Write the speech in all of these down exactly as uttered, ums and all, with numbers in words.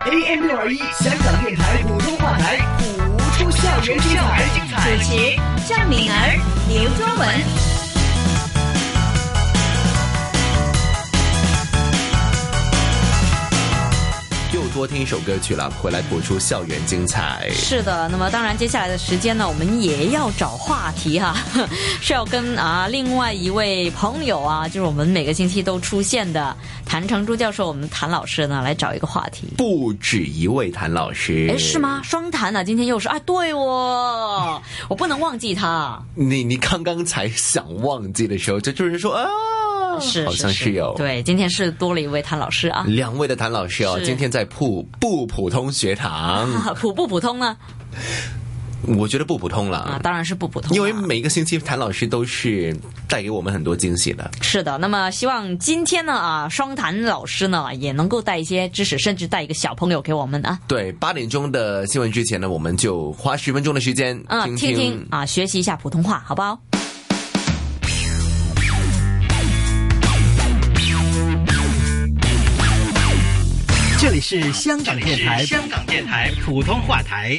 A M 六二一香港电台普通话台，谱出校园精彩。 主持郑敏儿、刘卓文。 又多听一首歌曲了，回来播出校园精彩。 是的，那么当然接下来的时间呢，我们也要找话题哈、啊，是要跟啊另外一位朋友啊，就是我们每个星期都出现的谭成珠教授，我们谭老师呢来找一个话题。 不止一位谭老师， 哎，是吗？双谭啊，今天又是啊，对哦，我不能忘记他。 你你刚刚才想忘记的时候，就就是说啊。 是， 好像是有。 对，今天是多了一位谭老师啊， 两位的谭老师哦，今天在普不普通学堂， 啊、普不普通呢？ 我觉得不普通了啊，当然是不普通， 因为每个星期谭老师都是带给我们很多惊喜的。 是的，那么希望今天呢啊，双谭老师呢也能够带一些知识，甚至带一个小朋友给我们啊。 对，八点钟的新闻之前呢，我们就花十分钟的时间啊， 听听听啊，学习一下普通话，好不好？ 这里是香港电台，香港电台普通话台。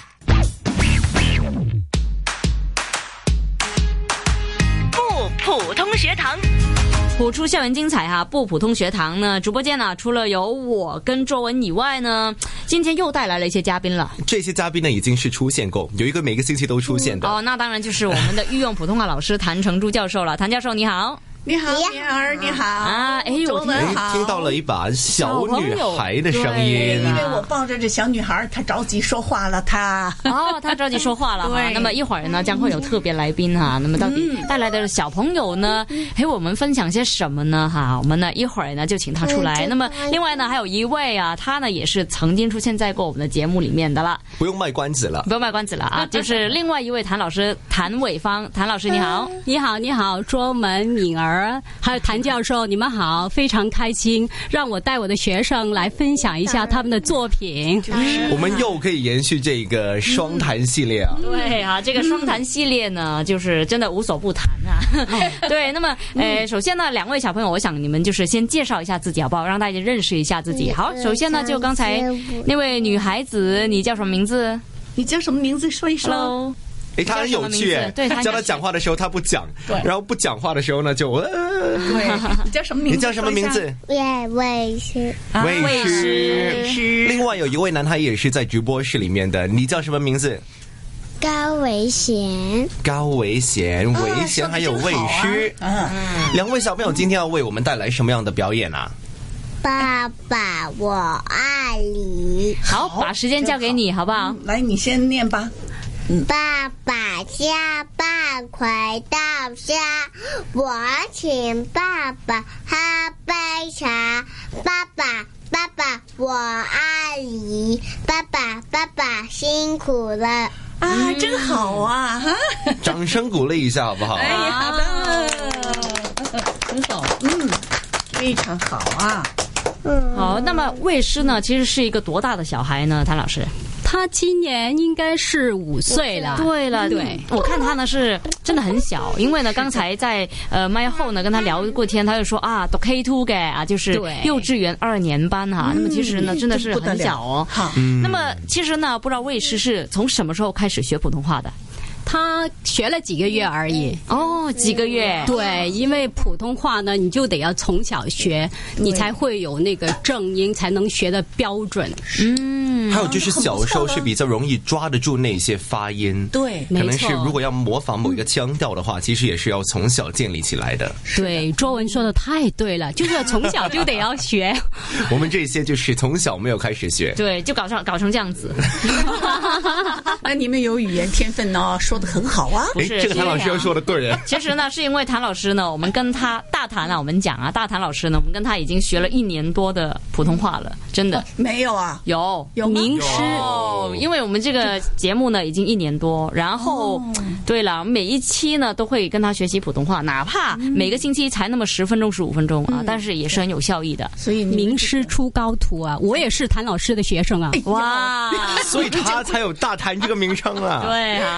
不普通学堂， 谱出校园精彩哈！不普通学堂呢，直播间呢，除了有我跟卓文以外呢，今天又带来了一些嘉宾了。 这些嘉宾呢，已经是出现过，有一个每个星期都出现的。 嗯、哦，那当然就是我们的御用普通话老师谭成珠教授了。谭教授你好。 你好，敏儿，你好啊！哎，我听听到了一把小女孩的声音， 因为我抱着这小女孩，她着急说话了，她哦，她着急说话了哈。那么一会儿呢，将会有特别来宾哈。那么到底带来的小朋友呢，陪我们分享些什么呢？哈，我们呢一会儿呢就请他出来。那么另外呢，还有一位啊，他呢也是曾经出现在过我们的节目里面的了。 不用卖关子了， 不用卖关子了啊，就是另外一位谭老师谭伟芳，谭老师你好， 你好，你好，卓文、敏儿。还有谭教授，你们好，非常开心，让我带我的学生来分享一下他们的作品。 就是、我们又可以延续这个双谈系列啊。 嗯、对啊，这个双谈系列呢，就是真的无所不谈啊。对，那么呃，首先呢，两位小朋友，我想你们就是先介绍一下自己好不好，让大家认识一下自己。好，首先呢，就刚才那位女孩子，你叫什么名字？ 你叫什么名字？说一说。 Hello。 哎，他很有趣哎， 对， 叫他讲话的时候他不讲，然后不讲话的时候呢就呃， 对，你叫什么名字？ 你叫什么名字？ 魏魏师， 魏师。另外有一位男孩也是在直播室里面的，你叫什么名字？ 高维贤。 高维贤，维贤还有魏师。嗯，两位小朋友今天要为我们带来什么样的表演啊？ 爸爸，我爱你。 好，把时间交给你，好不好？ 嗯、来，你先念吧。 嗯、爸爸下班回到家，我请爸爸喝杯茶。爸爸，爸爸，我爱你。爸爸，爸爸辛苦了啊， 嗯、真好啊！ 掌声鼓励一下好不好？ 哎，好的，很好，嗯，非常好啊。 嗯，好，那么魏师呢，其实是一个多大的小孩呢？谭老师？ 他今年应该是五岁了。 对了， 对， 我看他呢是真的很小，因为呢刚才在呃麦后呢跟他聊过天，他就说啊，读 K 二 嘅啊，就是幼稚园二年班哈、嗯。那么其實呢真的是很小哦。好、嗯，那麼其實呢不知道魏師是從什麼時候開始學普通話的？ 他學了幾個月而已。 哦，幾個月。 對，因為普通話呢，你就得要從小學，你才會有那個正音，才能學得標準。 嗯， 還有就是小時候是比較容易抓得住那些發音。 對， 可能是如果要模仿某一個腔調的話，其實也是要從小建立起來的。 對，卓文說的太對了，就是從小就得要學。 我們這些就是從小沒有開始學。 對，就搞成搞成這樣子。 那你們有語言天分哦。說得很好啊！ 不是， 這個譚老師又說得對啊。 其實呢，是因為譚老師呢，我們跟他大譚啊，我們講啊，大譚老師呢，我們跟他已經學了一年多的普通話了，真的。 哦、沒有啊？ 有有名師哦，因為我們這個節目呢已經一年多，然後、哦、對了，每一期呢都會跟他學習普通話，哪怕每個星期才那麼十分鐘、十五分鐘啊、嗯，但是也是很有效益的。 所以名師出高徒啊，我也是譚老師的學生啊。 哇， 所以他才有大譚這個名稱啊。 對啊。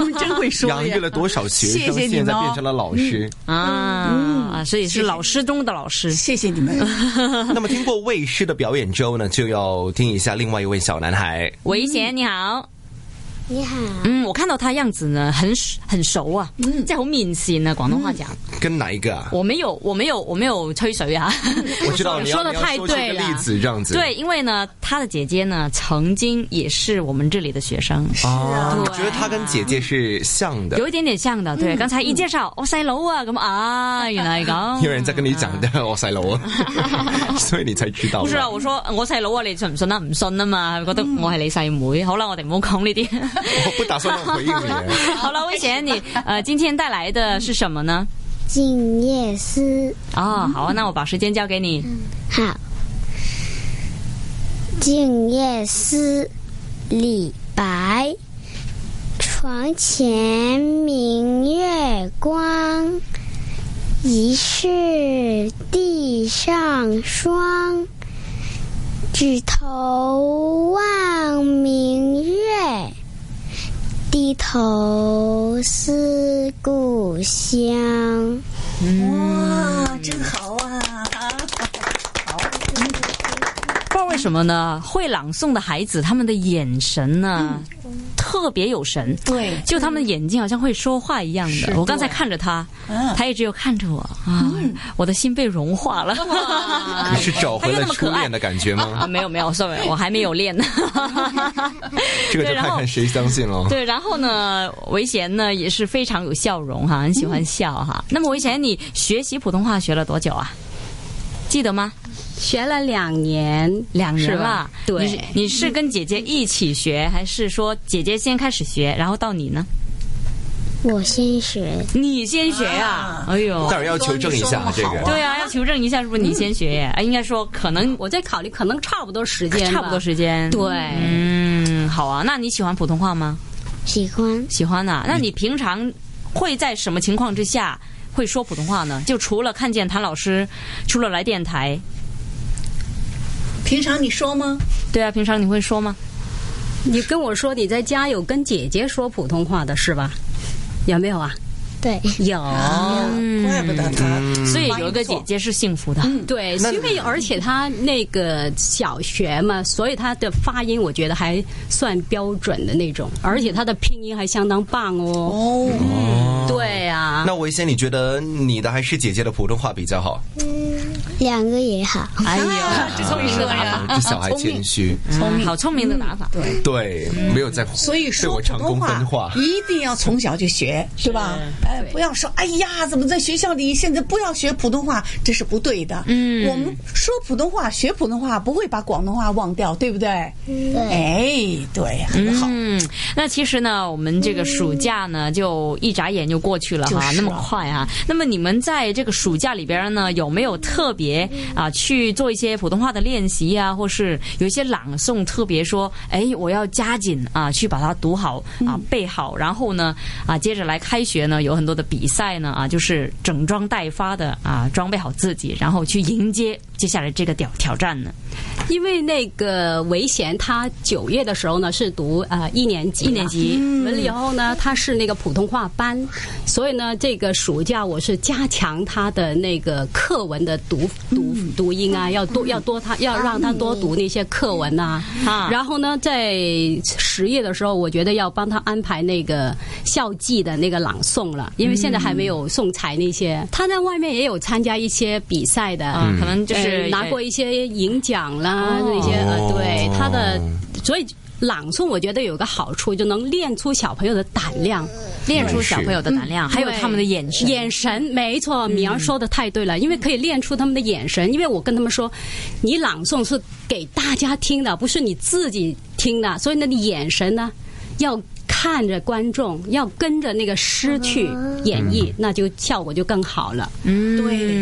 真会说呀， 养育了多少学生， 谢谢你们现在变成了老师、 嗯、啊，所以是老师中的老师。 谢谢你们。 那么听过魏诗的表演之后呢，就要听一下另外一位小男孩韦贤，你好。 你好， 嗯，我看到他样子呢，很很熟啊，嗯，即係好面善啊，廣東話講。 跟哪一個啊？ 我沒有，我沒有，我沒有吹水啊。 我知道你要說得太對了。 例子這樣子。 對，因為呢，他的姐姐呢，曾經也是我們這裡的學生。 是啊，我覺得他跟姐姐是像的， 有一點點像的。對，剛才一介紹，我細佬啊，咁啊，原來係咁。 有人在跟你講的，我細佬啊，所以你才知道。 不是啊，我說我細佬啊，你信唔信啊？唔信啊嘛，覺得我係你細妹。好啦，我哋唔好講呢啲。 我不打算回應你。 好了，魏賢，你呃今天帶來的是什麼呢？ 靜夜思。 哦，好啊，那我把時間交給你。 嗯、好。靜夜思，李白。床前明月光，疑是地上霜。舉頭望明月，低頭思故鄉。 哇，真好啊！好。 不知道為什麼呢？會朗誦的孩子，他們的眼神呢，嗯、特別有神。對，就他們的眼睛好像會說話一樣的。我剛才看着他，他一直有看着我啊，嗯、我的心被融化了。 你是找回了初戀的感覺嗎？ 啊，沒有沒有 ，sorry， 我還沒有練呢。 這個就看看誰相信了。 對，然後呢，維賢呢也是非常有笑容哈，很喜歡笑哈。嗯、那麼維賢，你學習普通話學了多久啊？記得嗎？ 學了兩年， 兩年了。 對， 你你是跟姐姐一起學，還是說姐姐先開始學，然後到你呢？ 我先學， 你先學啊！哎呦， 當然要求證一下這個。 對啊，要求證一下，是不是你先學耶？啊，應該說可能我在考慮，可能差不多時間， 差不多時間。 對， 嗯，好啊。那你喜歡普通話嗎？ 喜歡， 喜歡啊。那你平常會在什麼情況之下會說普通話呢？就除了看見譚老師，除了來電台。 平常你說嗎？ 對啊，平常你會說嗎？ 你跟我說你在家有跟姐姐說普通話的是吧？有沒有啊？ 對， 有， 怪不得他。 所以有一個姐姐是幸福的。 嗯，對，因為而且他那個小學嘛，所以他的發音我覺得還算標準的那種，而且他的拼音還相當棒哦。哦，對啊。 那維賢，你覺得你的還是姐姐的普通話比較好？ 嗯，兩個也好。 哎呀，這聰明的打法， 這小孩謙虛， 聰明，好聰明的打法。 對對，沒有在。 所以說普通話一定要從小就學，是吧？哎，不要說，哎呀，怎麼在學校裏現在不要學普通話，這是不對的。嗯，我們說普通話，學普通話，不會把廣東話忘掉，對不對？ 對。 哎，對，很好。 嗯，那其實呢，我們這個暑假呢，就一眨眼就過去了哈，那麼快啊。那麼你們在這個暑假裏邊呢，有沒有特別啊去做一些普通話的練習啊，或是有一些朗誦，特別說，哎，我要加緊啊，去把它讀好啊，背好，然後呢，啊，接着來開學呢，有很多的比賽呢，啊，就是整裝待發的啊，裝備好自己，然後去迎接接下來這個挑挑戰呢。 因為那個維賢他九月的時候呢是讀呃一年級， 一年級完了以後呢他是那個普通話班，所以呢這個暑假我是加強他的那個課文的讀讀讀音啊，要多要多他要讓他多讀那些課文啊。然後呢在十月的時候，我覺得要幫他安排那個校際的那個朗誦了，因為現在還沒有送才那些。他在外面也有參加一些比賽的， 嗯，可能就是拿過一些銀獎啦，那些呃，對他的，所以朗誦我覺得有個好處，就能練出小朋友的膽量， 練出小朋友的膽量，還有他們的眼神。 眼神，沒錯，敏兒說的太對了，因為可以練出他們的眼神。因為我跟他們說，你朗誦是給大家聽的，不是你自己聽的，所以那你眼神呢，要看着觀眾，要跟着那個詩去演繹，那就效果就更好了。 嗯， 對，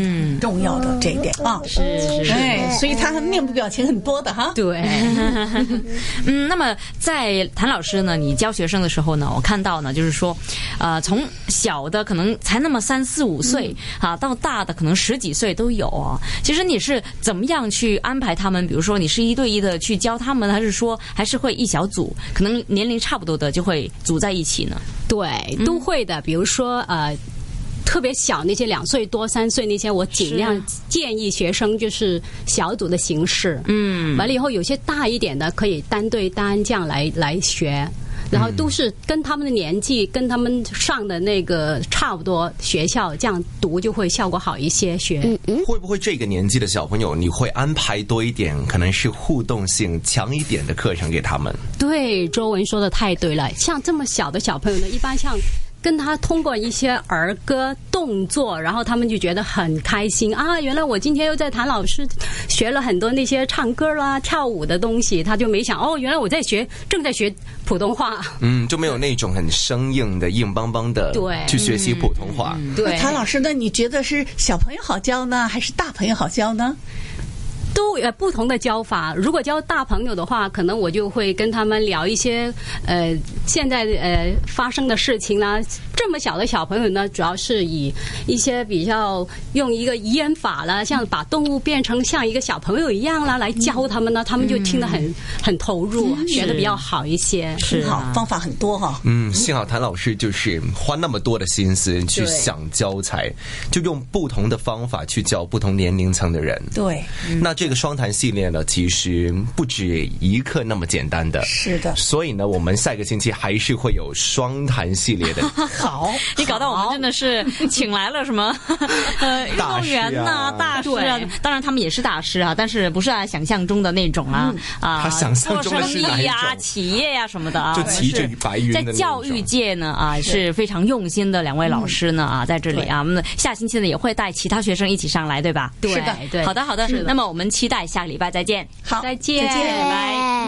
重要的这一点啊。 是是是， 哎，所以他面部表情很多的哈。 对， 嗯，那么在谭老师呢，你教学生的时候呢，我看到呢，就是说，呃，从小的可能才那么三四五岁、嗯、啊，到大的可能十几岁都有啊。其实你是怎么样去安排他们？比如说你是一对一的去教他们，还是说还是会一小组，可能年龄差不多的就会组在一起呢？ 对，都会的。比如说呃。特别小那些两岁多三岁那些，我尽量建议学生就是小组的形式。嗯，完了以后有些大一点的可以单对单这样来来学，然后都是跟他们的年纪、跟他们上的那个差不多学校，这样读就会效果好一些。学嗯嗯，会不会这个年纪的小朋友，你会安排多一点，可能是互动性强一点的课程给他们？ 对，周文说的太对了。像这么小的小朋友呢，一般像。跟他通过一些儿歌动作，然后他们就觉得很开心啊！原来我今天又在谭老师学了很多那些唱歌啦、跳舞的东西，他就没想哦，原来我在学，正在学普通话。 嗯，就没有那种很生硬的、硬邦邦的对去学习普通话。 嗯、对，谭老师，那你觉得是小朋友好教呢，还是大朋友好教呢？ 都有不同的教法。如果教大朋友的话，可能我就会跟他们聊一些呃现在呃发生的事情啦。这么小的小朋友呢，主要是以一些比较用一个语言法啦，像把动物变成像一个小朋友一样啦，来教他们呢，他们就听得很、嗯、很投入，嗯、学得比较好一些。 是好，方法很多哈。 嗯，幸好谭老师就是花那么多的心思去想教材，就用不同的方法去教不同年龄层的人。 对， 嗯、那这个双谈系列呢，其实不止一课那么简单的。 是的。 所以呢，我们下个星期还是会有双谈系列的。 好， 你搞到我们真的是请来了什么呃运动员呐、大师啊，当然他们也是大师啊，但是不是啊想象中的那种啊、嗯、啊， 他想象中的是哪一种？ 啊，企业呀、啊、什么的啊， 就骑着白云的那种。 在教育界呢啊是非常用心的两位老师呢啊，在这里啊，我们下星期呢也会带其他学生一起上来，对吧？ 对，是的，对。 好的，好的。那么我们期待下个礼拜再见。 好， 再见， 再见， 拜拜。